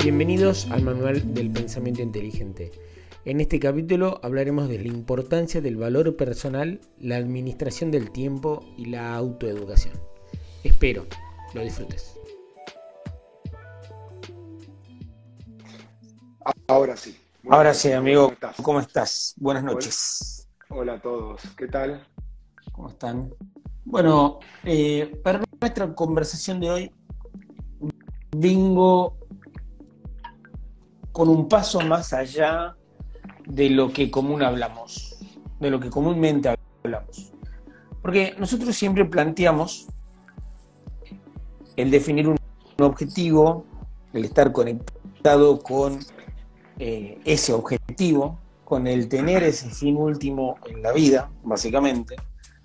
Bienvenidos al Manual del Pensamiento Inteligente. En este capítulo hablaremos de la importancia del valor personal, la administración del tiempo y la autoeducación. Espero lo disfrutes. Ahora sí. Ahora sí, amigo. ¿Cómo estás? ¿Cómo estás? Buenas noches. Hola a todos. ¿Qué tal? ¿Cómo están? Bueno, para nuestra conversación de hoy vengo con un paso más allá de lo que comúnmente hablamos. Porque nosotros siempre planteamos el definir un objetivo, el estar conectado con ese objetivo, con el tener ese fin último en la vida, básicamente,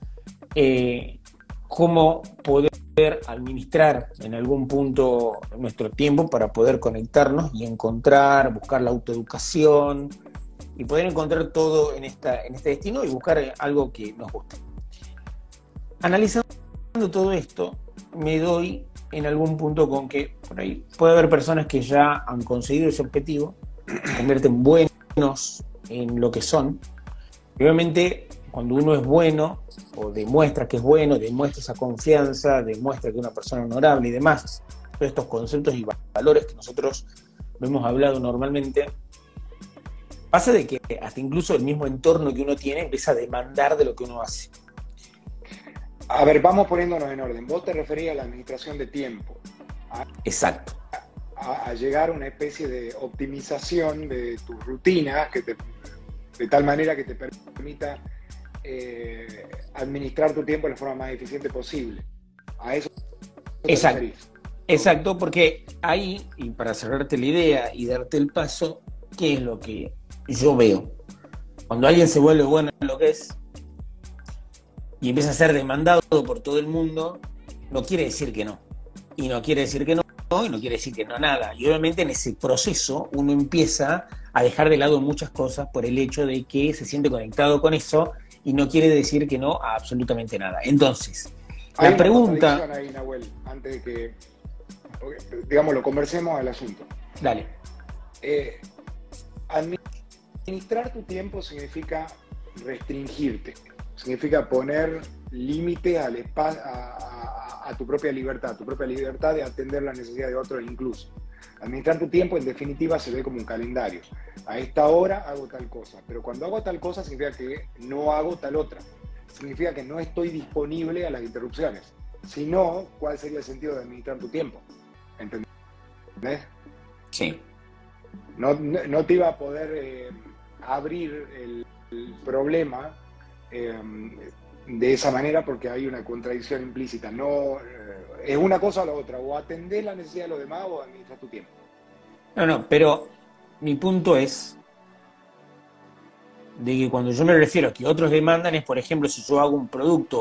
cómo poder administrar en algún punto nuestro tiempo para poder conectarnos y buscar la autoeducación y poder encontrar todo en este destino y buscar algo que nos guste. Analizando todo esto, me doy en algún punto con que por ahí puede haber personas que ya han conseguido ese objetivo, se convierten buenos en lo que son, y obviamente cuando uno es bueno o demuestra que es bueno, demuestra esa confianza, demuestra que es una persona honorable y demás, todos estos conceptos y valores que nosotros hemos hablado normalmente, pasa de que hasta incluso el mismo entorno que uno tiene empieza a demandar de lo que uno hace. A ver, vamos poniéndonos en orden. Vos te referías a la administración de tiempo. Exacto. A llegar a una especie de optimización de tus rutinas de tal manera que te permita administrar tu tiempo de la forma más eficiente posible. A eso te referís. Exacto, porque ahí, y para cerrarte la idea y darte el paso, ¿qué es lo que yo veo? Cuando alguien se vuelve bueno en lo que es y empieza a ser demandado por todo el mundo, no quiere decir que no. Y no quiere decir que no, y no quiere decir que no nada. Y obviamente en ese proceso uno empieza a dejar de lado muchas cosas por el hecho de que se siente conectado con eso y no quiere decir que no a absolutamente nada. Entonces, hay la pregunta... Hay una contradicción ahí, Nahuel, antes de que, digamos, lo conversemos al asunto. Dale. Administrar tu tiempo significa restringirte, significa poner límites al espacio, a tu propia libertad de atender las necesidades de otros incluso. Administrar tu tiempo en definitiva se ve como un calendario. A esta hora hago tal cosa, pero cuando hago tal cosa significa que no hago tal otra. Significa que no estoy disponible a las interrupciones. Si no, ¿cuál sería el sentido de administrar tu tiempo? ¿Entendés? Sí. No te iba a poder abrir el problema de esa manera porque hay una contradicción implícita. No, es una cosa o la otra, o atender la necesidad de los demás o administrar tu tiempo. No, pero mi punto es de que cuando yo me refiero a que otros demandan es, por ejemplo, si yo hago un producto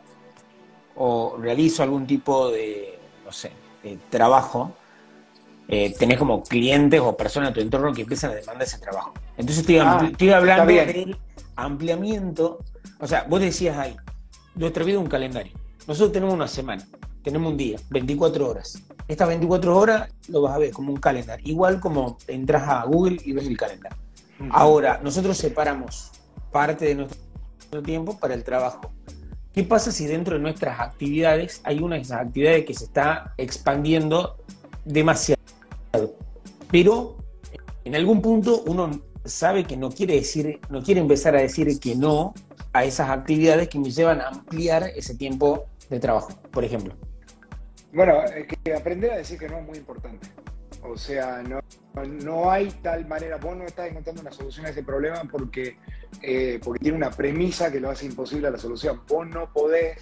o realizo algún tipo de, no sé, de trabajo, tenés como clientes o personas en tu entorno que empiezan a demandar ese trabajo. Entonces estoy hablando del ampliamiento. O sea, vos decías ahí, nuestra vida es un calendario. Nosotros tenemos una semana, tenemos un día, 24 horas. Estas 24 horas lo vas a ver como un calendario. Igual como entras a Google y ves el calendario. Ahora, nosotros separamos parte de nuestro tiempo para el trabajo. ¿Qué pasa si dentro de nuestras actividades hay una de esas actividades que se está expandiendo demasiado? Pero en algún punto uno sabe que no quiere empezar a decir que no a esas actividades que me llevan a ampliar ese tiempo de trabajo, por ejemplo. Bueno, es que aprender a decir que no es muy importante. O sea, no hay tal manera, vos no estás encontrando una solución a ese problema porque tiene una premisa que lo hace imposible a la solución. Vos no podés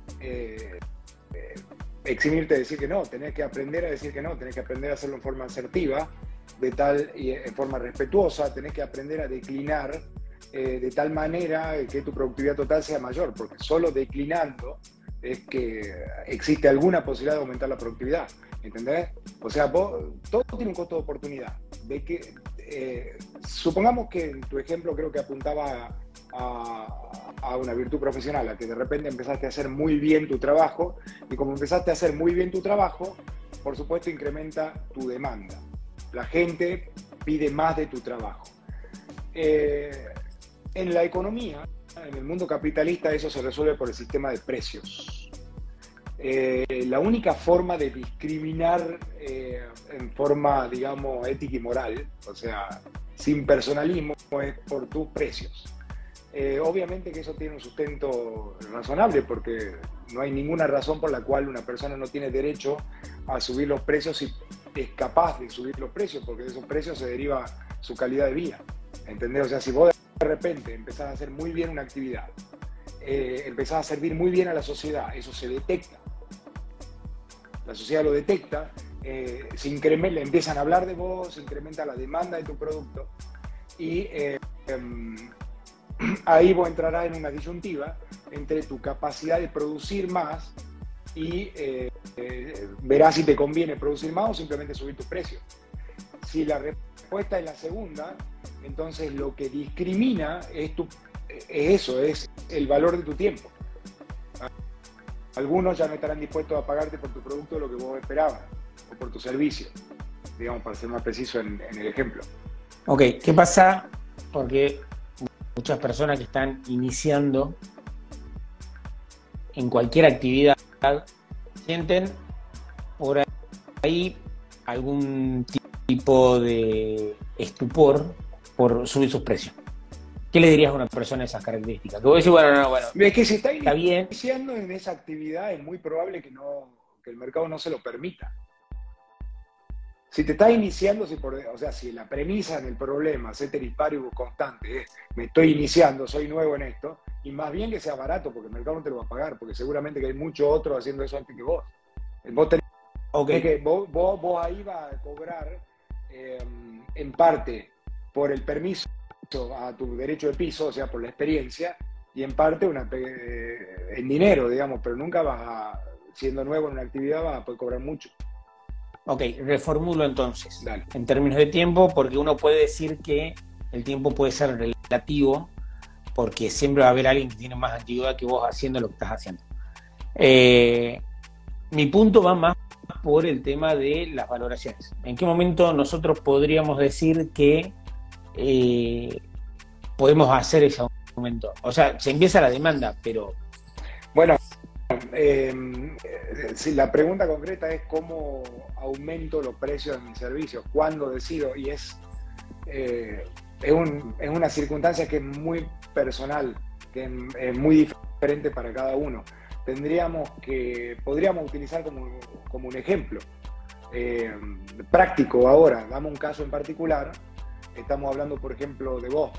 eximirte de decir que no, tenés que aprender a decir que no, tenés que aprender a hacerlo en forma asertiva, en forma respetuosa, tenés que aprender a declinar de tal manera que tu productividad total sea mayor, porque solo declinando es que existe alguna posibilidad de aumentar la productividad, ¿entendés? O sea, todo tiene un costo de oportunidad. Supongamos que en tu ejemplo creo que apuntaba a una virtud profesional, a que de repente empezaste a hacer muy bien tu trabajo, y como empezaste a hacer muy bien tu trabajo, por supuesto incrementa tu demanda. La gente pide más de tu trabajo. En la economía, en el mundo capitalista, eso se resuelve por el sistema de precios. La única forma de discriminar en forma, digamos, ética y moral, o sea, sin personalismo, es por tus precios. Obviamente que eso tiene un sustento razonable, porque no hay ninguna razón por la cual una persona no tiene derecho a subir los precios si es capaz de subir los precios, porque de esos precios se deriva su calidad de vida. ¿Entendés? O sea, si vos de repente empezás a hacer muy bien una actividad, empezás a servir muy bien a la sociedad, eso se detecta. La sociedad lo detecta, se incrementa, empiezan a hablar de vos, se incrementa la demanda de tu producto y ahí vos entrarás en una disyuntiva entre tu capacidad de producir más y verás si te conviene producir más o simplemente subir tus precios. Si la respuesta es la segunda, entonces lo que discrimina es el valor de tu tiempo. Algunos ya no estarán dispuestos a pagarte por tu producto lo que vos esperabas, o por tu servicio, digamos, para ser más preciso en el ejemplo. Ok, ¿qué pasa? Porque muchas personas que están iniciando en cualquier actividad sienten por ahí algún tipo de estupor por subir sus precios. ¿Qué le dirías a una persona de esas características? Que vos decís, bueno, Es que si está bien. iniciando en esa actividad, es muy probable que el mercado no se lo permita. Si te estás iniciando, o sea, si la premisa en el problema, ceteris paribus constante, es me estoy iniciando, soy nuevo en esto, y más bien que sea barato, porque el mercado no te lo va a pagar, porque seguramente que hay muchos otros haciendo eso antes que vos. Vos tenés que vos ahí vas a cobrar en parte por el permiso a tu derecho de piso, o sea, por la experiencia, y en parte en dinero, digamos, pero nunca siendo nuevo en una actividad, vas a poder cobrar mucho. Ok, reformulo entonces. Dale. En términos de tiempo, porque uno puede decir que el tiempo puede ser relativo, porque siempre va a haber alguien que tiene más antigüedad que vos haciendo lo que estás haciendo. Mi punto va más por el tema de las valoraciones. ¿En qué momento nosotros podríamos decir que podemos hacer ese aumento? O sea, se empieza la demanda, pero... Bueno, si la pregunta concreta es cómo aumento los precios de mis servicios, cuándo decido, y es una circunstancia que es muy personal, que es muy diferente para cada uno. Podríamos utilizar como un ejemplo práctico ahora. Damos un caso en particular. Estamos hablando, por ejemplo, de vos.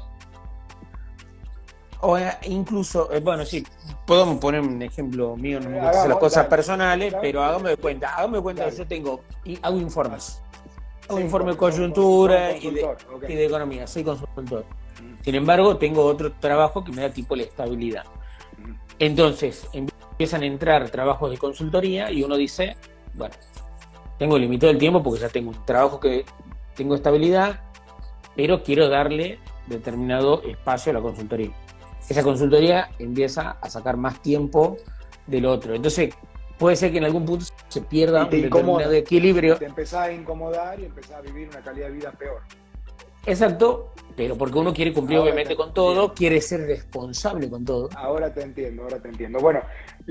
O incluso, bueno, sí, podemos poner un ejemplo mío, no me gusta hacer las cosas personales, pero hágame de cuenta que yo hago informes. Hago informes de coyuntura y de economía, soy consultor. Sin embargo, tengo otro trabajo que me da tipo la estabilidad. Entonces, empiezan a entrar trabajos de consultoría y uno dice, bueno, tengo limitado el tiempo porque ya tengo un trabajo que tengo estabilidad, pero quiero darle determinado espacio a la consultoría. Esa consultoría empieza a sacar más tiempo del otro. Entonces, puede ser que en algún punto se pierda un determinado equilibrio. Te empezás a incomodar y empezás a vivir una calidad de vida peor. Exacto, pero porque uno quiere cumplir obviamente con todo, quiere ser responsable con todo. Ahora te entiendo. Bueno,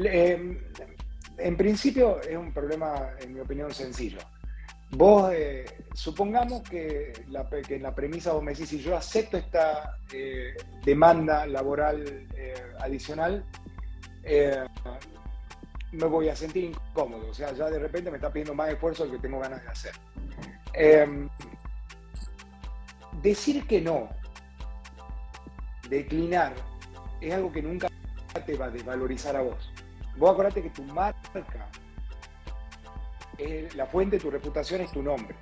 en principio es un problema, en mi opinión, sencillo. Vos, supongamos que en la premisa vos me decís, si yo acepto esta demanda laboral adicional, me voy a sentir incómodo. O sea, ya de repente me está pidiendo más esfuerzo del que tengo ganas de hacer. Decir que no, declinar, es algo que nunca te va a desvalorizar a vos. Vos acordate que tu marca, la fuente de tu reputación es tu nombre.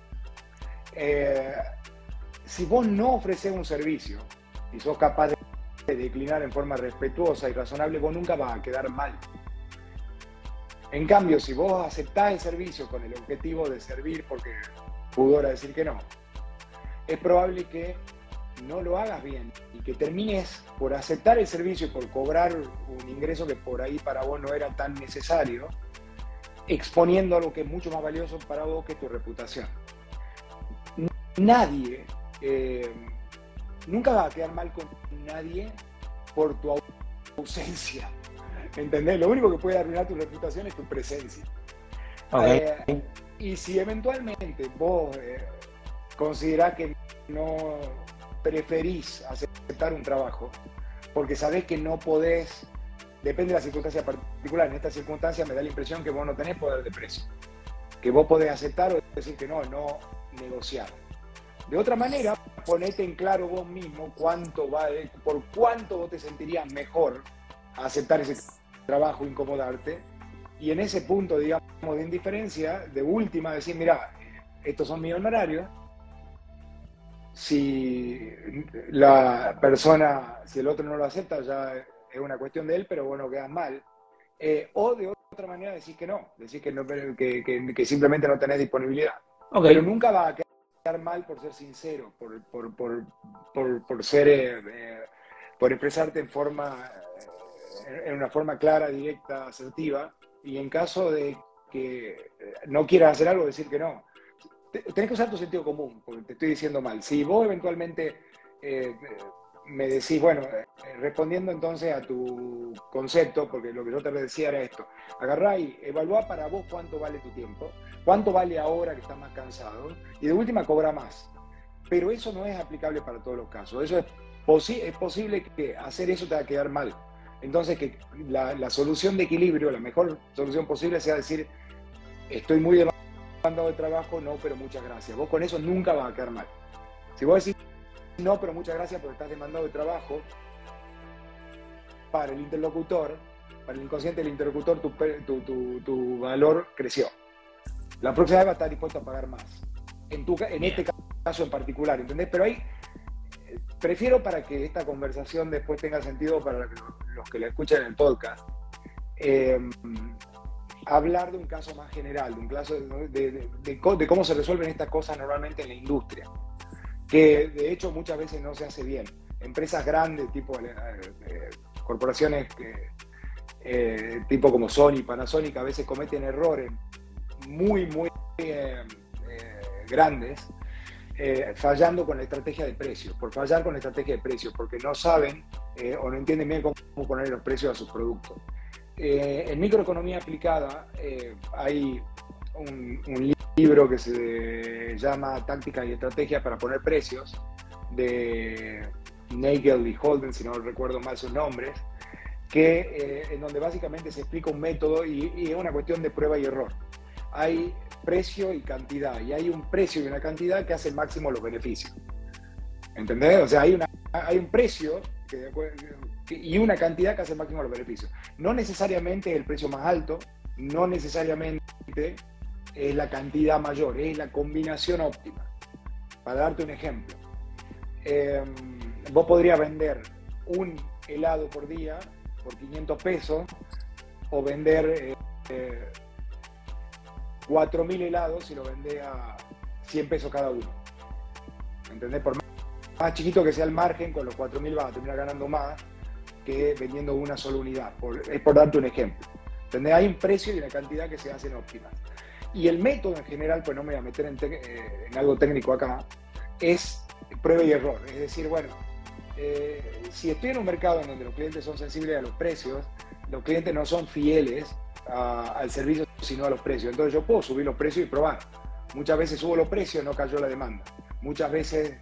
Si vos no ofreces un servicio y sos capaz de declinar en forma respetuosa y razonable, vos nunca vas a quedar mal. En cambio, si vos aceptás el servicio con el objetivo de servir porque pudora decir que no, es probable que no lo hagas bien y que termines por aceptar el servicio y por cobrar un ingreso que por ahí para vos no era tan necesario, exponiendo algo que es mucho más valioso para vos, que es tu reputación. nadie, nunca va a quedar mal con nadie por tu ausencia. ¿Entendés? Lo único que puede arruinar tu reputación es tu presencia. Okay. Y si eventualmente vos considerás que no preferís aceptar un trabajo, porque sabés que no podés, depende de la circunstancia particular. En esta circunstancia me da la impresión que vos no tenés poder de precio, que vos podés aceptar o decir que no negociar. De otra manera, ponete en claro vos mismo cuánto vale, por cuánto vos te sentirías mejor a aceptar ese trabajo, incomodarte, y en ese punto, digamos, de indiferencia, de última, decir, mira, estos son mis honorarios. Si la persona, si el otro no lo acepta, ya es una cuestión de él, pero bueno, quedas mal. O de otra manera decir que no, decir que simplemente no tenés disponibilidad. Okay. Pero nunca va a quedar mal por ser sincero, por ser, por expresarte en una forma clara, directa, asertiva, y en caso de que no quieras hacer algo, decir que no. Tenés que usar tu sentido común, porque te estoy diciendo mal. Si vos eventualmente me decís, bueno, respondiendo entonces a tu concepto, porque lo que yo te decía era esto, agarrá y evaluá para vos cuánto vale tu tiempo, cuánto vale ahora que estás más cansado, y de última cobra más. Pero eso no es aplicable para todos los casos. Eso es posible que hacer eso te va a quedar mal. Entonces, que la solución de equilibrio, la mejor solución posible sea decir, estoy muy demandado de trabajo, no, pero muchas gracias. Vos con eso nunca vas a quedar mal. Si vos decís, no, pero muchas gracias porque estás demandado de trabajo, para el interlocutor, para el inconsciente del interlocutor, tu valor creció. La próxima vez va a estar dispuesto a pagar más. En este caso en particular, ¿entendés? Pero ahí prefiero, para que esta conversación después tenga sentido para los que la escuchan en el podcast, hablar de un caso más general, de un caso de cómo se resuelven estas cosas normalmente en la industria, que de hecho muchas veces no se hace bien. Empresas grandes, tipo corporaciones tipo como Sony, Panasonic, a veces cometen errores muy grandes, fallando con la estrategia de precios, por fallar con la estrategia de precios, porque no saben o no entienden bien cómo poner los precios a sus productos. En microeconomía aplicada hay un libro que se llama Tácticas y Estrategias para poner precios, de Nagel y Holden, si no recuerdo mal sus nombres, en donde básicamente se explica un método y es una cuestión de prueba y error. Hay precio y cantidad, y hay un precio y una cantidad que hacen máximo los beneficios. ¿Entendés? O sea, hay un precio y una cantidad que hace máximo los beneficios. No necesariamente es el precio más alto, no necesariamente es la cantidad mayor, es la combinación óptima. Para darte un ejemplo, vos podrías vender un helado por día por 500 pesos o vender 4.000 helados y lo vendés a 100 pesos cada uno. ¿Entendés? Por más chiquito que sea el margen, con los 4.000 vas a terminar ganando más que vendiendo una sola unidad. Es por darte un ejemplo. ¿Entendés? Hay un precio y una cantidad que se hacen óptimas. Y el método en general, pues no me voy a meter en algo técnico acá, es prueba y error. Es decir, bueno, si estoy en un mercado en donde los clientes son sensibles a los precios, los clientes no son fieles al servicio, sino a los precios. Entonces yo puedo subir los precios y probar. Muchas veces subo los precios y no cayó la demanda. Muchas veces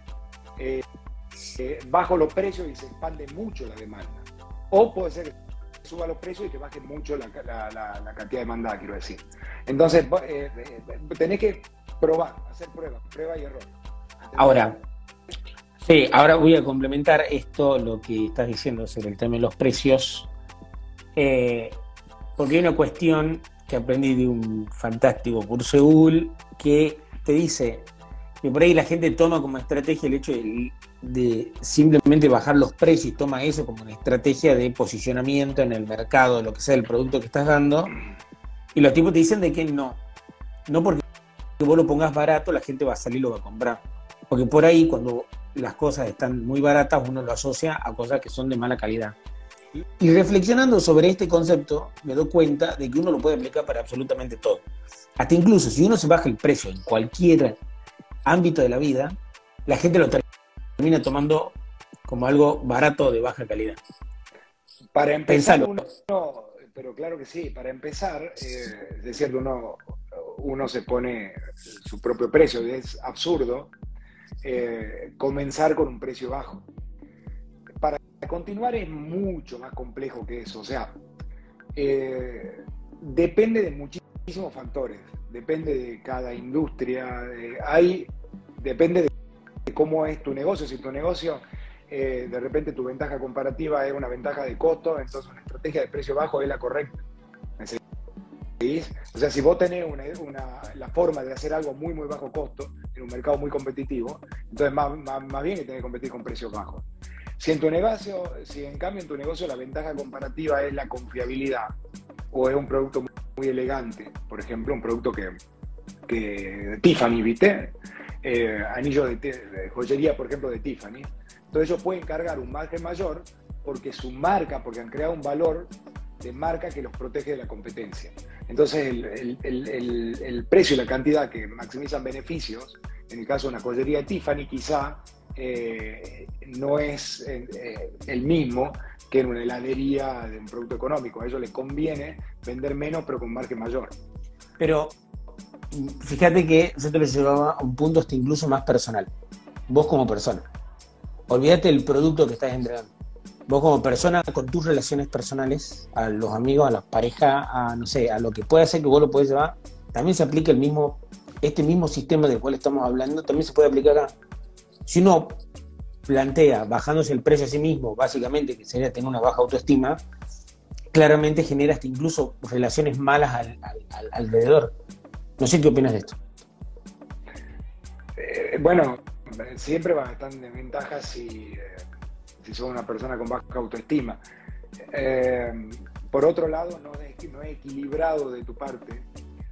bajo los precios y se expande mucho la demanda. O puede ser que suba los precios y que baje mucho la cantidad de demanda, quiero decir. Entonces tenés que probar, hacer prueba y error. Ahora, sí, ahora voy a complementar esto, lo que estás diciendo sobre el tema de los precios, porque hay una cuestión que aprendí de un fantástico curso de Google que te dice que por ahí la gente toma como estrategia el hecho de simplemente bajar los precios y toma eso como una estrategia de posicionamiento en el mercado, de lo que sea el producto que estás dando, y los tipos te dicen de que no porque vos lo pongas barato la gente va a salir y lo va a comprar, porque por ahí cuando las cosas están muy baratas uno lo asocia a cosas que son de mala calidad. Y reflexionando sobre este concepto me doy cuenta de que uno lo puede aplicar para absolutamente todo, hasta incluso si uno se baja el precio en cualquier ámbito de la vida, la gente lo termina tomando como algo barato de baja calidad. Para empezar, Pensalo. pero claro que sí, para empezar, es cierto, uno se pone su propio precio, y es absurdo comenzar con un precio bajo. Para continuar es mucho más complejo que eso, o sea, depende de muchísimos factores, depende de cada industria, depende de cómo es tu negocio. Si tu negocio, de repente tu ventaja comparativa es una ventaja de costo, entonces una estrategia de precio bajo es la correcta. ¿Me seguís? O sea, si vos tenés la forma de hacer algo muy bajo costo en un mercado muy competitivo, entonces más bien que tenés que competir con precios bajos. Si en cambio en tu negocio la ventaja comparativa es la confiabilidad, o es un producto muy elegante, por ejemplo, un producto que Tiffany, ¿viste? Anillos de joyería, por ejemplo, de Tiffany. Entonces ellos pueden cargar un margen mayor porque su marca, porque han creado un valor de marca que los protege de la competencia. Entonces el precio y la cantidad que maximizan beneficios, en el caso de una joyería de Tiffany, quizá no es el mismo que en una heladería de un producto económico. A ellos les conviene vender menos pero con margen mayor. Pero fíjate que yo te lo llevaba a un punto hasta incluso más personal. Vos como persona. Olvídate del producto que estás entregando. Vos como persona, con tus relaciones personales, a los amigos, a las parejas, a no sé, a lo que pueda ser que vos lo podés llevar, también se aplica este mismo sistema del cual estamos hablando, también se puede aplicar acá. Si uno plantea bajándose el precio a sí mismo, básicamente, que sería tener una baja autoestima, claramente genera hasta incluso relaciones malas alrededor. No sé qué opinas de esto. Bueno, siempre van a estar en desventaja si sos una persona con baja autoestima. Por otro lado, no es equilibrado de tu parte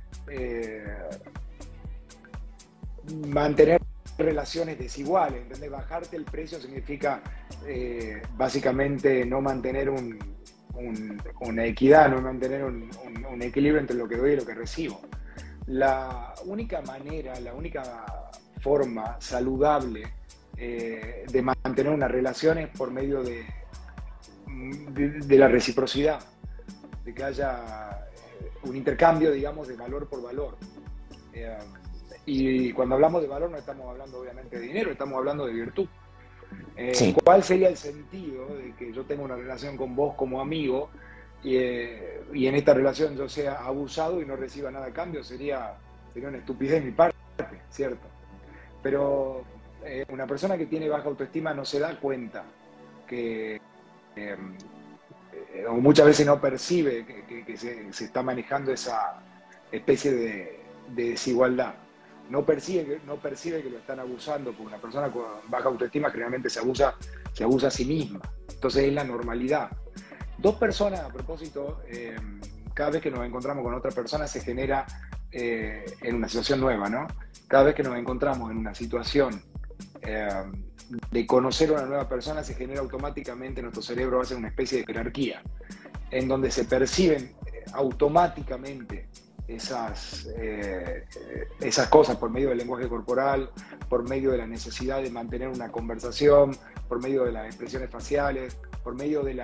mantener relaciones desiguales, ¿entendés? Bajarte el precio significa básicamente no mantener una equidad, no mantener un equilibrio entre lo que doy y lo que recibo. La única forma saludable de mantener una relación es por medio de la reciprocidad, de que haya un intercambio, digamos, de valor por valor. Y cuando hablamos de valor no estamos hablando obviamente de dinero, estamos hablando de virtud. Sí. ¿Cuál sería el sentido de que yo tenga una relación con vos como amigo y en esta relación yo sea abusado y no reciba nada a cambio? Sería una estupidez de mi parte, ¿cierto? Pero una persona que tiene baja autoestima no se da cuenta o muchas veces no percibe que se está manejando esa especie de desigualdad. No percibe que lo están abusando, porque una persona con baja autoestima generalmente se abusa a sí misma. Entonces es la normalidad. Dos personas, a propósito, cada vez que nos encontramos con otra persona se genera en una situación nueva, ¿no? Cada vez que nos encontramos en una situación de conocer a una nueva persona, se genera automáticamente, nuestro cerebro hace una especie de jerarquía, en donde se perciben automáticamente esas cosas por medio del lenguaje corporal, por medio de la necesidad de mantener una conversación, por medio de las expresiones faciales, por medio de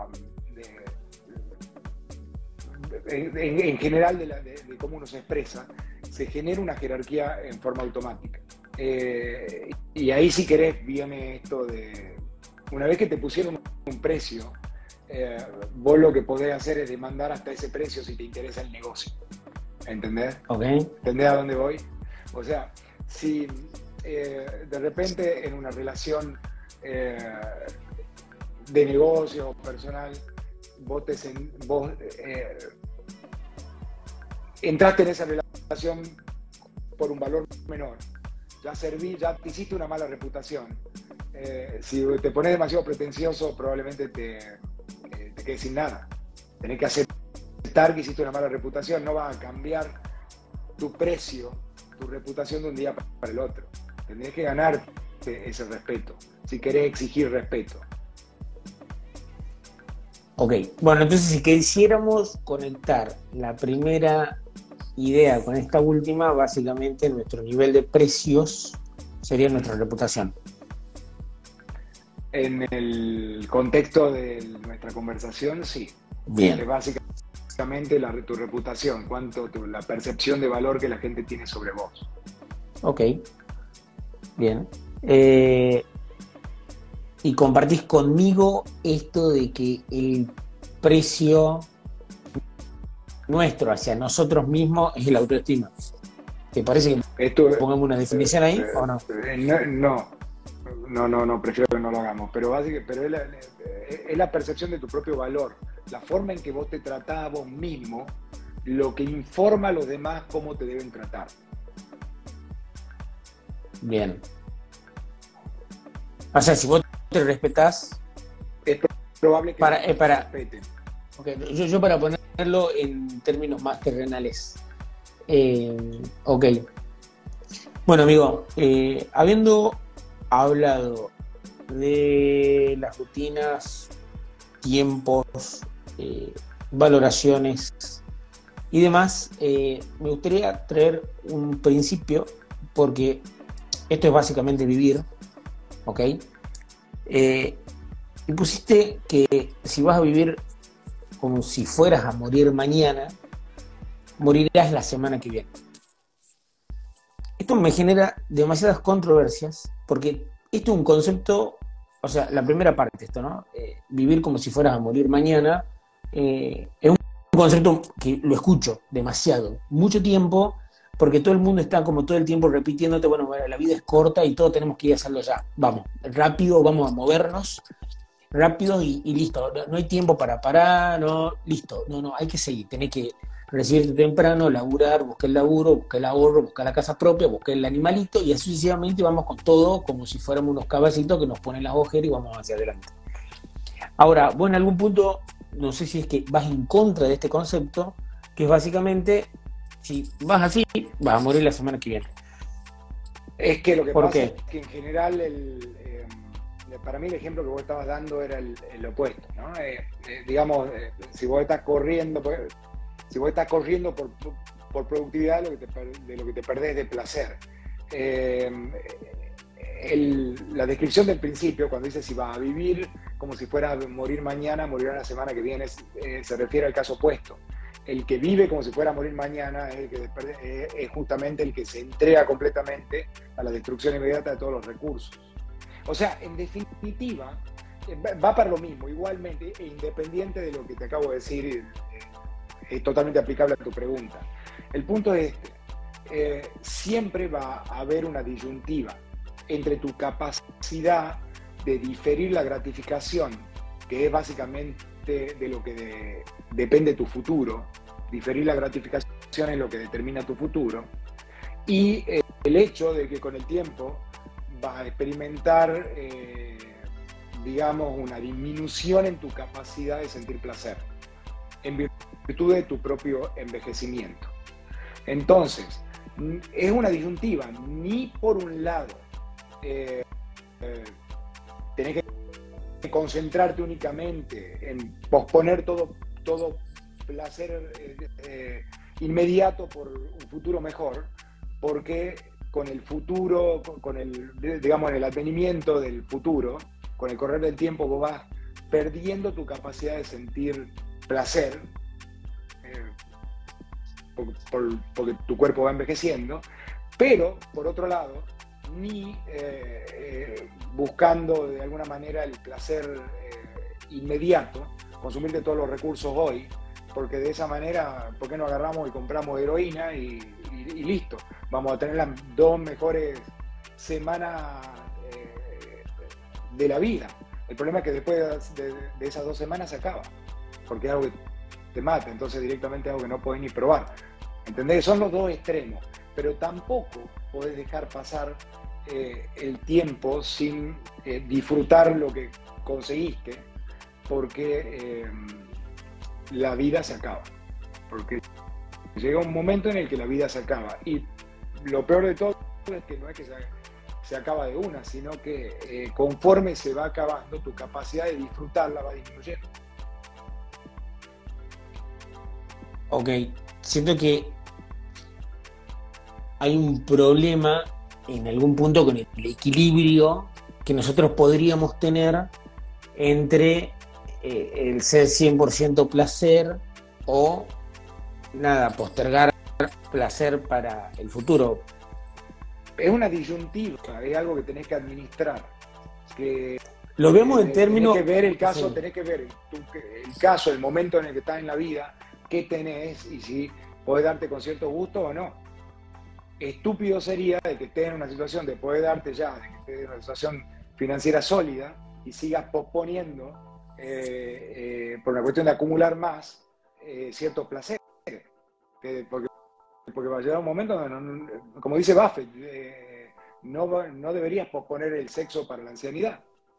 en general de cómo uno se expresa, se genera una jerarquía en forma automática. Y ahí, si querés, viene esto de, una vez que te pusieron un precio, vos lo que podés hacer es demandar hasta ese precio si te interesa el negocio. ¿Entendés? Okay. ¿Entendés a dónde voy? O sea, si de repente en una relación de negocio personal vos entraste en esa relación por un valor menor, ya te hiciste una mala reputación. Si te pones demasiado pretencioso, probablemente te quedes sin nada. Tenés que aceptar que hiciste una mala reputación, no va a cambiar tu precio, tu reputación de un día para el otro. Tenés que ganarte ese respeto, si querés exigir respeto. Ok, bueno, entonces si quisiéramos conectar la primera idea con esta última, básicamente nuestro nivel de precios sería nuestra reputación. En el contexto de nuestra conversación, sí. Bien. Es básicamente tu reputación, la percepción de valor que la gente tiene sobre vos. Ok. Bien. Y compartís conmigo esto de que el precio nuestro hacia nosotros mismos es la autoestima. ¿Te parece que pongamos una definición ahí o no? No, prefiero que no lo hagamos. Pero es la percepción de tu propio valor, la forma en que vos te tratás a vos mismo, lo que informa a los demás cómo te deben tratar. Bien. O sea, si vos te respetás, es probable que te respeten. Okay. Yo para ponerlo en términos más terrenales. Ok. Bueno, amigo, habiendo hablado de las rutinas, tiempos, valoraciones y demás, me gustaría traer un principio, porque esto es básicamente vivir, ¿ok? Y pusiste que si vas a vivir como si fueras a morir mañana, morirás la semana que viene. Esto me genera demasiadas controversias, porque esto es un concepto, o sea, la primera parte, esto, ¿no? Vivir como si fueras a morir mañana, es un concepto que lo escucho demasiado, mucho tiempo, porque todo el mundo está como todo el tiempo repitiéndote, bueno, la vida es corta y todo tenemos que ir a hacerlo ya. Vamos, rápido, vamos a movernos, rápido y listo. No hay tiempo para parar, no, listo. No, hay que seguir, tenés que recibirte temprano, laburar, buscar el laburo, buscar el ahorro, buscar la casa propia, buscar el animalito, y así sucesivamente vamos con todo como si fuéramos unos caballitos que nos ponen las ojeras y vamos hacia adelante. Ahora, vos en algún punto, no sé si es que vas en contra de este concepto, que es básicamente, si vas así, vas a morir la semana que viene. Es que lo que ¿Por pasa qué? es que en general, para mí el ejemplo que vos estabas dando era el opuesto, ¿no? Digamos, si vos estás corriendo por productividad, de lo que te perdés de placer. La descripción del principio, cuando dice si vas a vivir como si fuera a morir mañana, morirá la semana que viene, se refiere al caso opuesto. El que vive como si fuera a morir mañana es justamente el que se entrega completamente a la destrucción inmediata de todos los recursos. O sea, en definitiva, va para lo mismo, igualmente, e independiente de lo que te acabo de decir, es totalmente aplicable a tu pregunta. El punto es siempre va a haber una disyuntiva entre tu capacidad de diferir la gratificación, que es básicamente de lo que depende tu futuro. Diferir la gratificación es lo que determina tu futuro, y el hecho de que con el tiempo vas a experimentar, digamos, una disminución en tu capacidad de sentir placer, en virtud de tu propio envejecimiento. Entonces, es una disyuntiva, ni por un lado tenés que concentrarte únicamente en posponer todo placer inmediato por un futuro mejor, porque con el futuro, digamos, en el advenimiento del futuro, con el correr del tiempo, vos vas perdiendo tu capacidad de sentir placer, porque tu cuerpo va envejeciendo, pero por otro lado, ni buscando de alguna manera el placer inmediato, consumirte todos los recursos hoy, porque de esa manera, ¿por qué no agarramos y compramos heroína y listo? Vamos a tener las 2 mejores semanas de la vida. El problema es que después de esas 2 semanas se acaba, porque es algo que te mata, entonces directamente es algo que no podés ni probar. ¿Entendés? Son los 2 extremos, pero tampoco podés dejar pasar el tiempo sin disfrutar lo que conseguiste, porque la vida se acaba. Porque llega un momento en el que la vida se acaba, y lo peor de todo es que no es que se acaba de una, sino que conforme se va acabando, tu capacidad de disfrutarla va disminuyendo. Ok, siento que hay un problema en algún punto con el equilibrio que nosotros podríamos tener entre el ser 100% placer o nada, postergar placer para el futuro. Es una disyuntiva, es algo que tenés que administrar. Que lo vemos en términos... Tenés que ver el caso, sí. Tenés que ver el caso, el momento en el que estás en la vida, qué tenés y si podés darte con cierto gusto o no. Estúpido sería de que estés en una situación de poder darte ya, de que estés en una situación financiera sólida y sigas posponiendo por una cuestión de acumular más ciertos placeres. Porque va a llegar un momento donde, como dice Buffett, no deberías posponer el sexo para la ancianidad.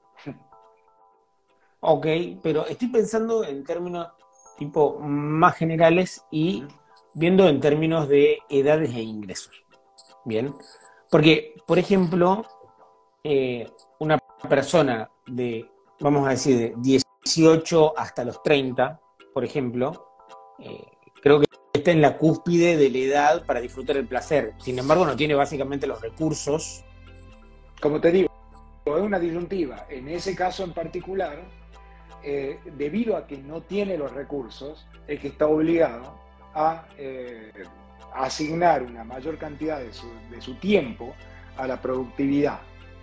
Ok, pero estoy pensando en términos tipo más generales y viendo en términos de edades e ingresos. Bien, porque, por ejemplo, una persona de, vamos a decir, de 18 hasta los 30, por ejemplo, creo que está en la cúspide de la edad para disfrutar el placer. Sin embargo, no tiene básicamente los recursos. Como te digo, es una disyuntiva. En ese caso en particular, debido a que no tiene los recursos, es que está obligado a asignar una mayor cantidad de su tiempo a la productividad.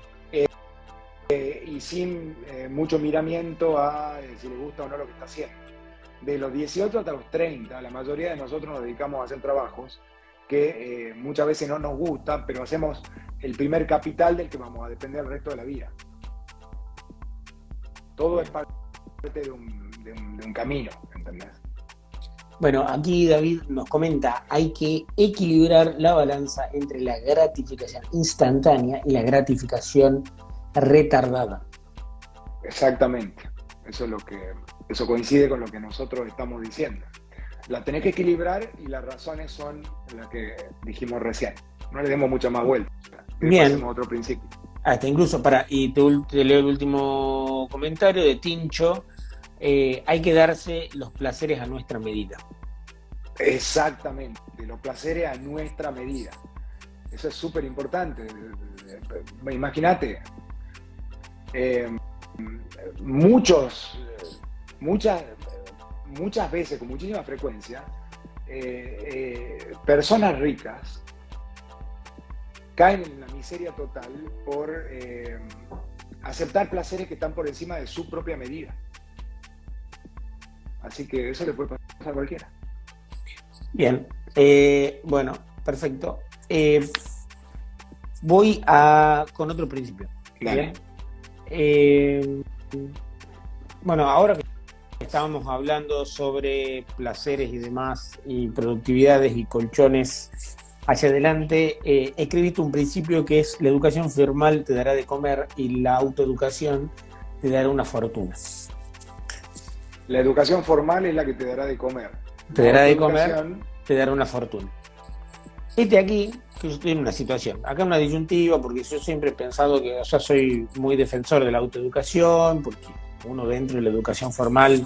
Y sin mucho miramiento a si le gusta o no lo que está haciendo. De los 18 hasta los 30, la mayoría de nosotros nos dedicamos a hacer trabajos que muchas veces no nos gustan, pero hacemos el primer capital del que vamos a depender el resto de la vida. Todo es parte de un camino, ¿entendés? Bueno, aquí David nos comenta, hay que equilibrar la balanza entre la gratificación instantánea y la gratificación retardada. Exactamente. Eso coincide con lo que nosotros estamos diciendo. La tenés que equilibrar y las razones son las que dijimos recién. No le demos mucha más vuelta. Bien. Pasemos a otro principio. Hasta incluso te leo el último comentario de Tincho. Hay que darse los placeres a nuestra medida. Exactamente, los placeres a nuestra medida. Eso es súper importante. Imagínate, muchas veces, con muchísima frecuencia, personas ricas caen en la miseria total por aceptar placeres que están por encima de su propia medida. Así que eso le puede pasar a cualquiera. Bien, bueno, perfecto. Voy con otro principio. Bien. Bueno, ahora que estábamos hablando sobre placeres y demás, y productividades y colchones hacia adelante, escribiste un principio que es: la educación formal te dará de comer y la autoeducación te dará una fortuna. La educación formal es la que te dará de comer. Te dará de comer, te dará una fortuna. Aquí que yo estoy en una situación, acá una disyuntiva, porque yo siempre he pensado que, o sea, soy muy defensor de la autoeducación, porque uno dentro de la educación formal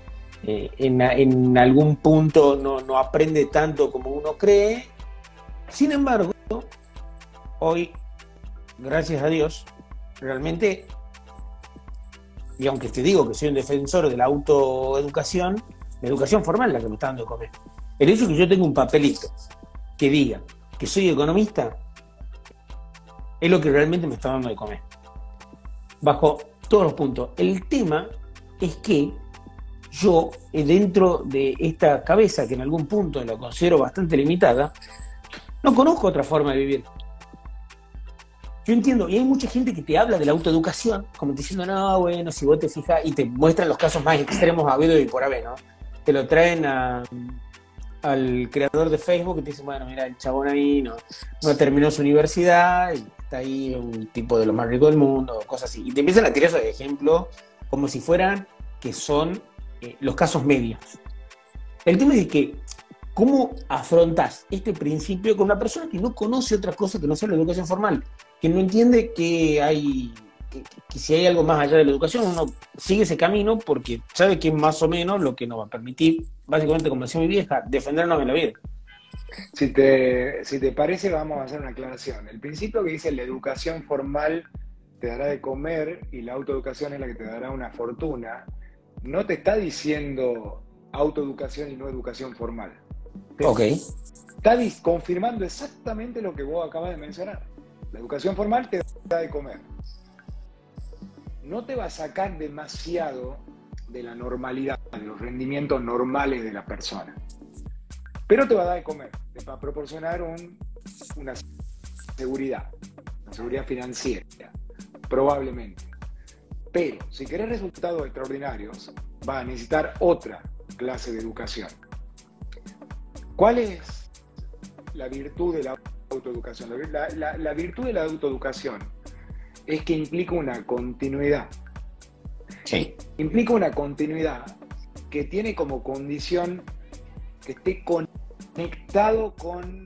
en algún punto no aprende tanto como uno cree. Sin embargo, hoy, gracias a Dios, realmente, y aunque te digo que soy un defensor de la autoeducación, la educación formal es la que me está dando de comer. El hecho de que yo tenga un papelito que diga que soy economista es lo que realmente me está dando de comer, bajo todos los puntos. El tema es que yo, dentro de esta cabeza, que en algún punto la considero bastante limitada, no conozco otra forma de vivir. Yo entiendo, y hay mucha gente que te habla de la autoeducación, como diciendo, no, bueno, si vos te fijas, y te muestran los casos más extremos habido y por haber, ¿no? Te lo traen al creador de Facebook y te dicen, bueno, mira, el chabón ahí no terminó su universidad, y está ahí un tipo de los más ricos del mundo, cosas así. Y te empiezan a tirar esos ejemplos como si fueran que son los casos medios. El tema es que, ¿cómo afrontás este principio con una persona que no conoce otra cosa que no sea la educación formal? Que no entiende que si hay algo más allá de la educación, uno sigue ese camino porque sabe que es más o menos lo que nos va a permitir, básicamente, como decía mi vieja, defendernos en la vida. Si te parece, vamos a hacer una aclaración. El principio que dice la educación formal te dará de comer y la autoeducación es la que te dará una fortuna, no te está diciendo autoeducación y no educación formal. Ok. Está confirmando exactamente lo que vos acabas de mencionar. La educación formal te da de comer. No te va a sacar demasiado de la normalidad, de los rendimientos normales de la persona. Pero te va a dar de comer, te va a proporcionar una seguridad financiera, probablemente. Pero si querés resultados extraordinarios, vas a necesitar otra clase de educación. ¿Cuál es la virtud de la autoeducación? La virtud de la autoeducación es que implica una continuidad. Sí. Implica una continuidad que tiene como condición que esté conectado con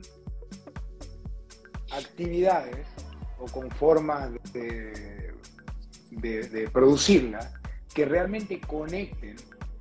actividades o con formas de producirla que realmente conecten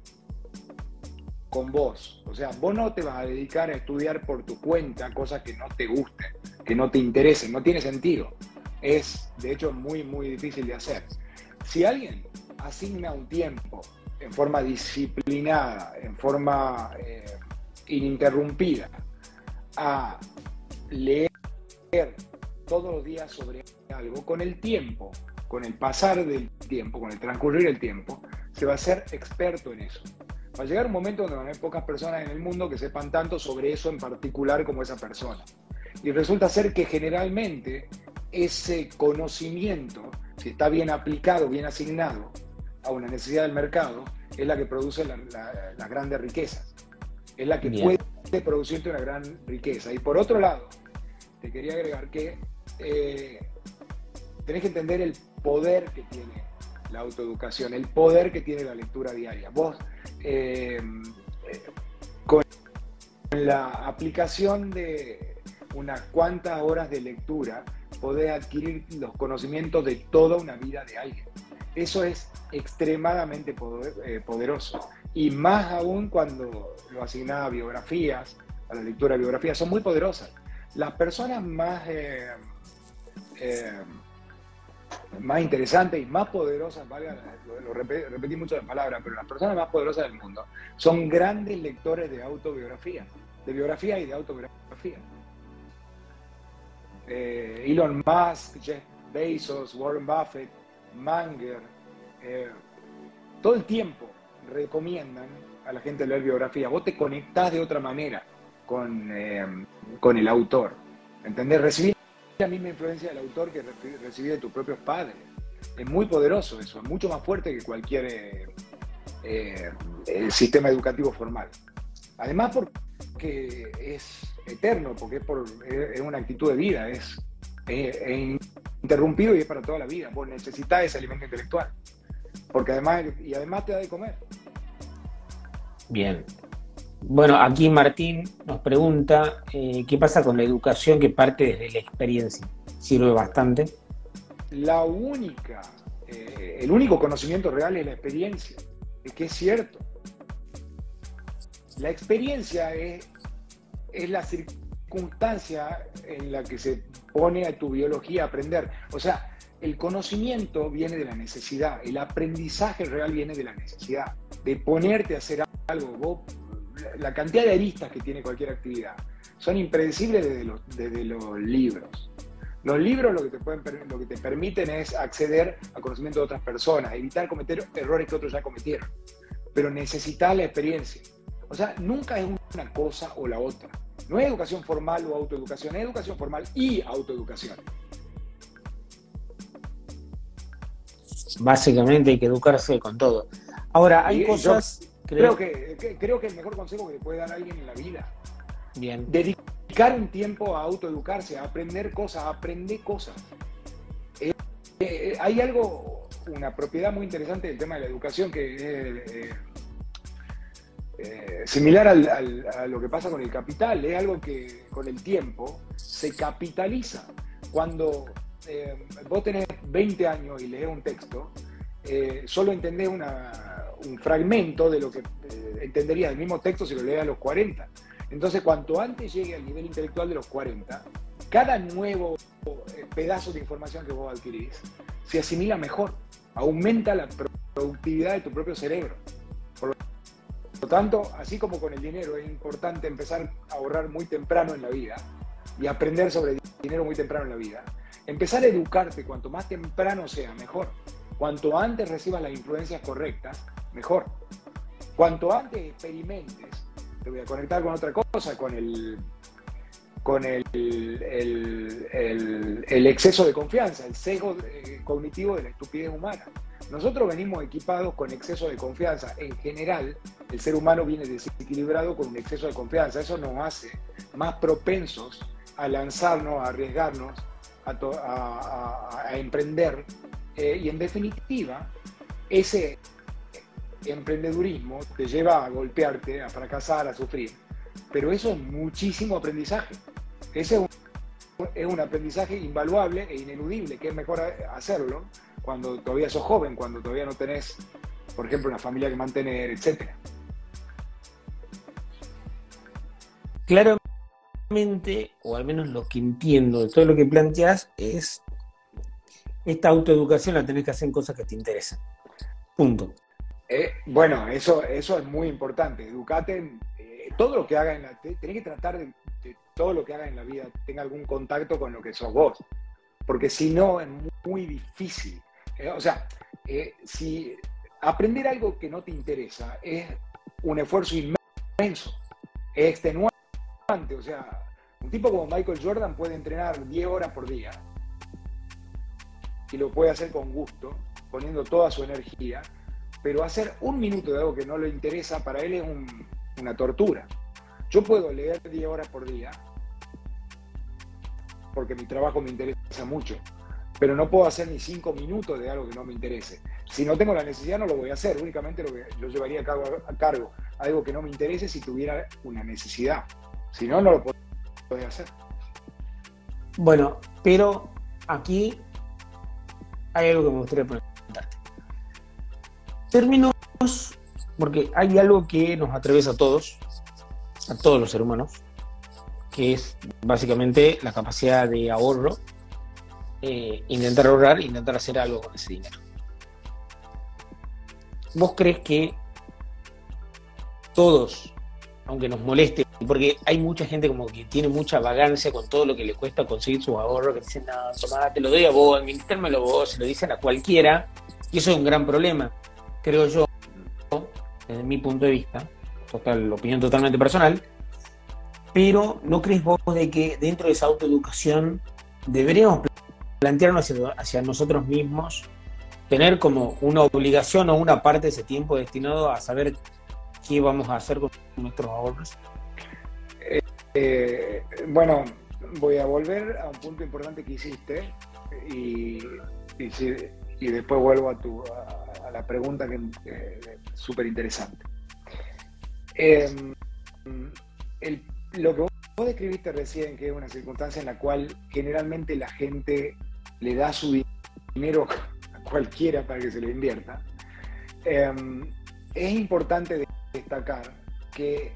con vos. O sea, vos no te vas a dedicar a estudiar por tu cuenta cosas que no te gusten, que no te interesen, no tiene sentido. Es, de hecho, muy, muy difícil de hacer. Si alguien asigna un tiempo en forma disciplinada, en forma ininterrumpida, a leer todos los días sobre algo, con el tiempo, con el pasar del tiempo, con el transcurrir del tiempo, se va a ser experto en eso. Va a llegar un momento donde van a haber pocas personas en el mundo que sepan tanto sobre eso en particular como esa persona. Y resulta ser que generalmente ese conocimiento, si está bien aplicado, bien asignado a una necesidad del mercado, es la que produce las grandes riquezas. Es la que Bien. puede producirte una gran riqueza. Y por otro lado, te quería agregar que tenés que entender el poder que tiene la autoeducación, el poder que tiene la lectura diaria. Vos, con la aplicación de unas cuantas horas de lectura, podés adquirir los conocimientos de toda una vida de alguien. Eso es extremadamente poderoso. Y más aún cuando lo asignás a biografías, a la lectura de biografías, son muy poderosas. Las personas más interesantes y más poderosas, repetí mucho la palabra, pero las personas más poderosas del mundo son grandes lectores de autobiografía, de biografía y de autobiografía. Elon Musk, Jeff Bezos, Warren Buffett, Munger, todo el tiempo recomiendan a la gente leer biografía. Vos te conectás de otra manera con el autor, ¿entendés? Recibir la misma influencia del autor que recibir de tus propios padres. Es muy poderoso eso, es mucho más fuerte que cualquier sistema educativo formal. Además porque es eterno, porque es una actitud de vida, es interrumpido y es para toda la vida. Vos necesitas ese alimento intelectual, porque además te da de comer. Bien. Bueno, aquí Martín nos pregunta qué pasa con la educación que parte desde la experiencia. ¿Sirve bastante? El único conocimiento real es la experiencia, es que es cierto. La experiencia es la circunstancia en la que se pone a tu biología a aprender. O sea, el conocimiento viene de la necesidad, el aprendizaje real viene de la necesidad, de ponerte a hacer algo. La cantidad de aristas que tiene cualquier actividad son impredecibles desde los libros. Los libros lo que te permiten es acceder a conocimiento de otras personas, evitar cometer errores que otros ya cometieron. Pero necesitas la experiencia. O sea, nunca es una cosa o la otra. No es educación formal o autoeducación, es educación formal y autoeducación. Básicamente hay que educarse con todo. Ahora, hay cosas... Creo que el mejor consejo que le puede dar a alguien en la vida. Bien. Dedicar un tiempo a autoeducarse, a aprender cosas, hay una propiedad muy interesante del tema de la educación que es similar a lo que pasa con el capital. Es algo que con el tiempo se capitaliza. Cuando vos tenés 20 años y lees un texto, solo entendés un fragmento de lo que entenderías del mismo texto si lo lees a los 40. Entonces, cuanto antes llegue al nivel intelectual de los 40, cada nuevo pedazo de información que vos adquirís se asimila mejor, aumenta la productividad de tu propio cerebro. Por lo tanto, así como con el dinero, es importante empezar a ahorrar muy temprano en la vida y aprender sobre dinero muy temprano en la vida. Empezar a educarte cuanto más temprano sea, mejor. Cuanto antes recibas las influencias correctas, mejor. Cuanto antes experimentes, te voy a conectar con otra cosa, con el exceso de confianza, el sesgo cognitivo de la estupidez humana. Nosotros venimos equipados con exceso de confianza. En general, el ser humano viene desequilibrado con un exceso de confianza. Eso nos hace más propensos a lanzarnos, a arriesgarnos, a emprender. Y en definitiva, ese emprendedurismo te lleva a golpearte, a fracasar, a sufrir. Pero eso es muchísimo aprendizaje. Ese es un aprendizaje invaluable e ineludible, que es mejor hacerlo cuando todavía sos joven, cuando todavía no tenés, por ejemplo, una familia que mantener, etc. Claramente, o al menos lo que entiendo de todo lo que planteas, es esta autoeducación la tenés que hacer en cosas que te interesan. Punto. Bueno, eso es muy importante. Educate en todo lo que hagas tenés que tratar de todo lo que hagas en la vida tenga algún contacto con lo que sos vos. Porque si no, es muy difícil. Si aprender algo que no te interesa es un esfuerzo inmenso, es extenuante. O sea, un tipo como Michael Jordan puede entrenar 10 horas por día y lo puede hacer con gusto, poniendo toda su energía, pero hacer un minuto de algo que no le interesa para él es una tortura. Yo puedo leer 10 horas por día porque mi trabajo me interesa mucho, pero no puedo hacer ni 5 minutos de algo que no me interese. Si no tengo la necesidad, no lo voy a hacer. Únicamente lo llevaría a cargo algo que no me interese si tuviera una necesidad. Si no, no lo podría hacer. Bueno, pero aquí hay algo que me gustaría preguntarte. Términos, porque hay algo que nos atraviesa a todos los seres humanos, que es básicamente la capacidad de ahorro, intentar ahorrar, intentar hacer algo con ese dinero. ¿Vos crees que todos, aunque nos moleste, porque hay mucha gente como que tiene mucha vagancia con todo lo que le cuesta conseguir sus ahorros, que dicen, no, tomá, te lo doy a vos, administrármelo vos, se lo dicen a cualquiera, y eso es un gran problema, creo yo, desde mi punto de vista, opinión totalmente personal, pero ¿no crees vos de que dentro de esa autoeducación deberíamos plantearnos hacia nosotros mismos, tener como una obligación o una parte de ese tiempo destinado a saber qué vamos a hacer con nuestros ahorros? Bueno, voy a volver a un punto importante que hiciste y después vuelvo a la pregunta que es súper interesante. Lo que vos describiste recién, que es una circunstancia en la cual generalmente la gente le da su dinero a cualquiera para que se lo invierta, es importante destacar que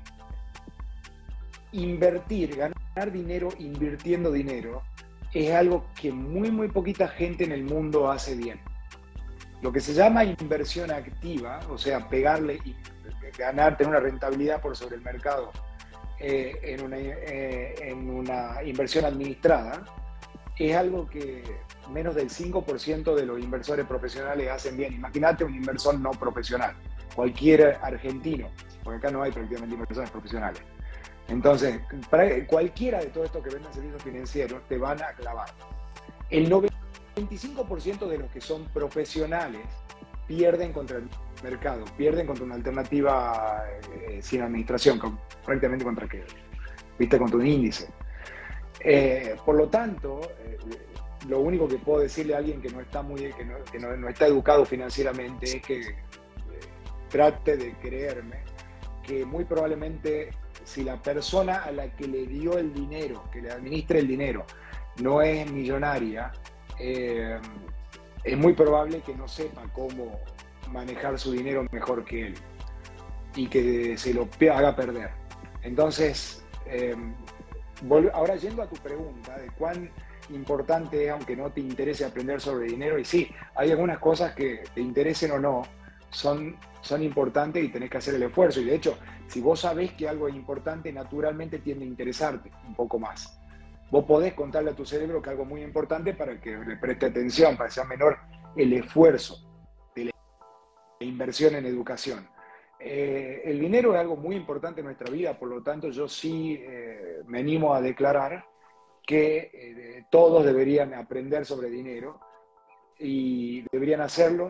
ganar dinero invirtiendo dinero, es algo que muy poquita gente en el mundo hace bien. Lo que se llama inversión activa, o sea, pegarle y tener una rentabilidad por sobre el mercado en una inversión administrada, es algo que menos del 5% de los inversores profesionales hacen bien. Imagínate un inversor no profesional, cualquier argentino, porque acá no hay prácticamente inversores profesionales. Entonces, cualquiera de todos estos que venden servicios financieros te van a clavar. El 95% de los que son profesionales pierden contra el mercado, pierden contra una alternativa sin administración, prácticamente contra qué, viste, contra un índice. Por lo tanto, lo único que puedo decirle a alguien que no está no está educado financieramente es que trate de creerme que muy probablemente si la persona a la que le dio el dinero, que le administra el dinero, no es millonaria, es muy probable que no sepa cómo manejar su dinero mejor que él y que se lo haga perder. Entonces, Ahora yendo a tu pregunta de cuán importante es, aunque no te interese aprender sobre dinero, y sí, hay algunas cosas que te interesen o no, son importantes y tenés que hacer el esfuerzo. Y de hecho, si vos sabés que algo es importante, naturalmente tiende a interesarte un poco más. Vos podés contarle a tu cerebro que algo es muy importante para que le preste atención, para que sea menor el esfuerzo de la inversión en educación. El dinero es algo muy importante en nuestra vida, por lo tanto yo sí me animo a declarar que todos deberían aprender sobre dinero y deberían hacerlo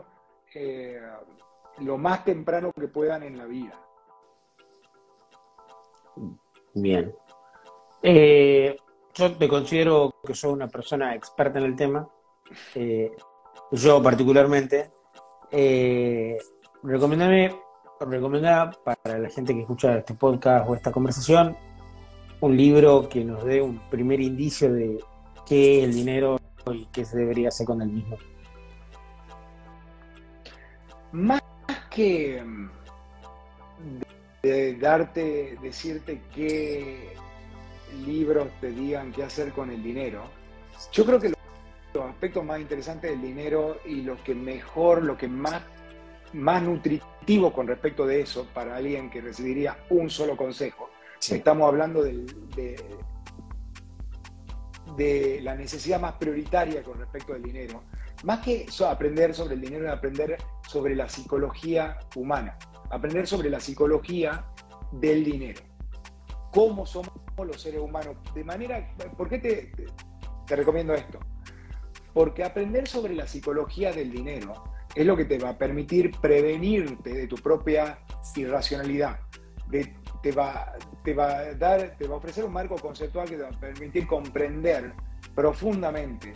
lo más temprano que puedan en la vida. Bien. Yo te considero que soy una persona experta en el tema. Yo particularmente. Recomendá para la gente que escucha este podcast o esta conversación un libro que nos dé un primer indicio de qué es el dinero y qué se debería hacer con el mismo. Más que decirte qué libros te digan qué hacer con el dinero, yo creo que los aspectos más interesantes del dinero y lo que más nutritivo con respecto de eso para alguien que recibiría un solo consejo. Sí. Estamos hablando de la necesidad más prioritaria con respecto al dinero. Más que aprender sobre el dinero, es aprender sobre la psicología humana, aprender sobre la psicología del dinero. ¿Cómo somos los seres humanos? ¿Por qué te recomiendo esto? Porque aprender sobre la psicología del dinero es lo que te va a permitir prevenirte de tu propia irracionalidad. Te va a ofrecer un marco conceptual que te va a permitir comprender profundamente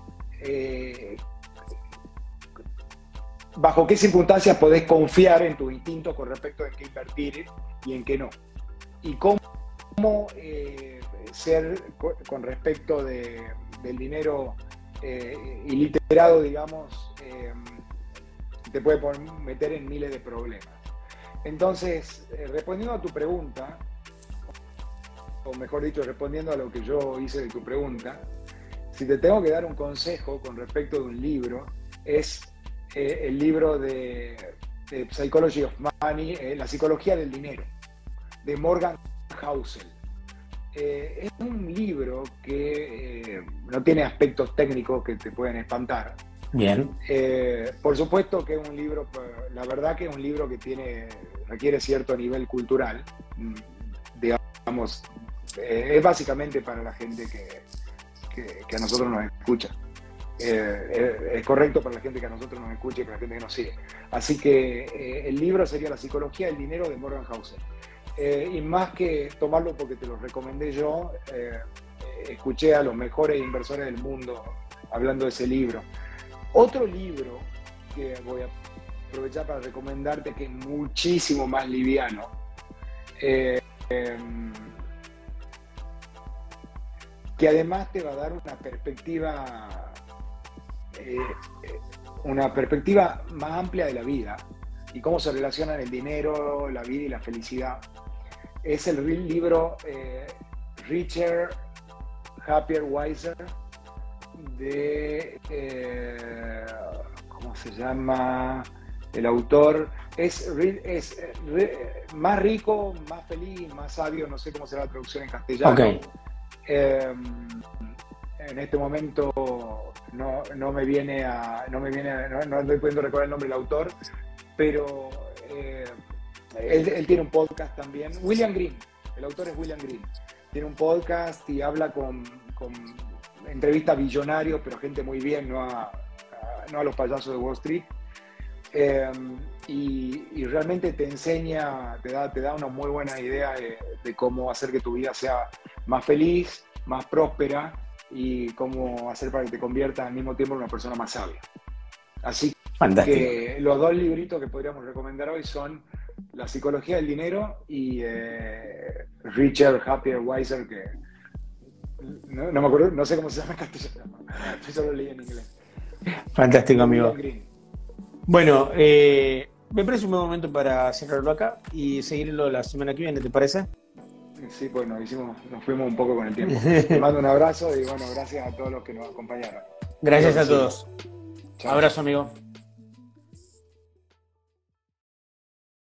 bajo qué circunstancias podés confiar en tus instintos con respecto a en qué invertir y en qué no. Y cómo ser con respecto del dinero iliterado, digamos, te puede meter en miles de problemas. Entonces, respondiendo a tu pregunta, o mejor dicho, respondiendo a lo que yo hice de tu pregunta, si te tengo que dar un consejo con respecto de un libro, es el libro de Psychology of Money, La psicología del dinero, de Morgan Housel. Es un libro que no tiene aspectos técnicos que te pueden espantar. Bien. Por supuesto que es un libro, la verdad que es un libro que requiere cierto nivel cultural, digamos, es básicamente para la gente que a nosotros nos escucha. Es correcto para la gente que a nosotros nos escucha y para la gente que nos sigue. Así que el libro sería La psicología del dinero de Morgan Housel. Y más que tomarlo porque te lo recomendé yo, escuché a los mejores inversores del mundo hablando de ese libro. Otro libro que voy a aprovechar para recomendarte, que es muchísimo más liviano, que además te va a dar una perspectiva más amplia de la vida y cómo se relacionan el dinero, la vida y la felicidad. Es el libro Richer, Happier, Wiser, de ¿cómo se llama? El autor es más rico, más feliz, más sabio, no sé cómo será la traducción en castellano. Okay. En este momento no estoy pudiendo recordar el nombre del autor, pero él tiene un podcast también. William Green, el autor es William Green. Tiene un podcast y habla con entrevista a billonarios, pero gente muy bien, no a los payasos de Wall Street. Y realmente te enseña, te da una muy buena idea de cómo hacer que tu vida sea más feliz, más próspera y cómo hacer para que te conviertas al mismo tiempo en una persona más sabia. Así Fantástico. Que los dos libritos que podríamos recomendar hoy son La psicología del dinero y Richer, Happier, Wiser, que no me acuerdo, no sé cómo se llama en castellano, yo solo leí en inglés. Fantástico, amigo. Bueno, me parece un buen momento para cerrarlo acá y seguirlo la semana que viene, ¿te parece? Sí, pues nos fuimos un poco con el tiempo. Te mando un abrazo y bueno, gracias a todos los que nos acompañaron. Gracias a todos. Chao. Abrazo, amigo.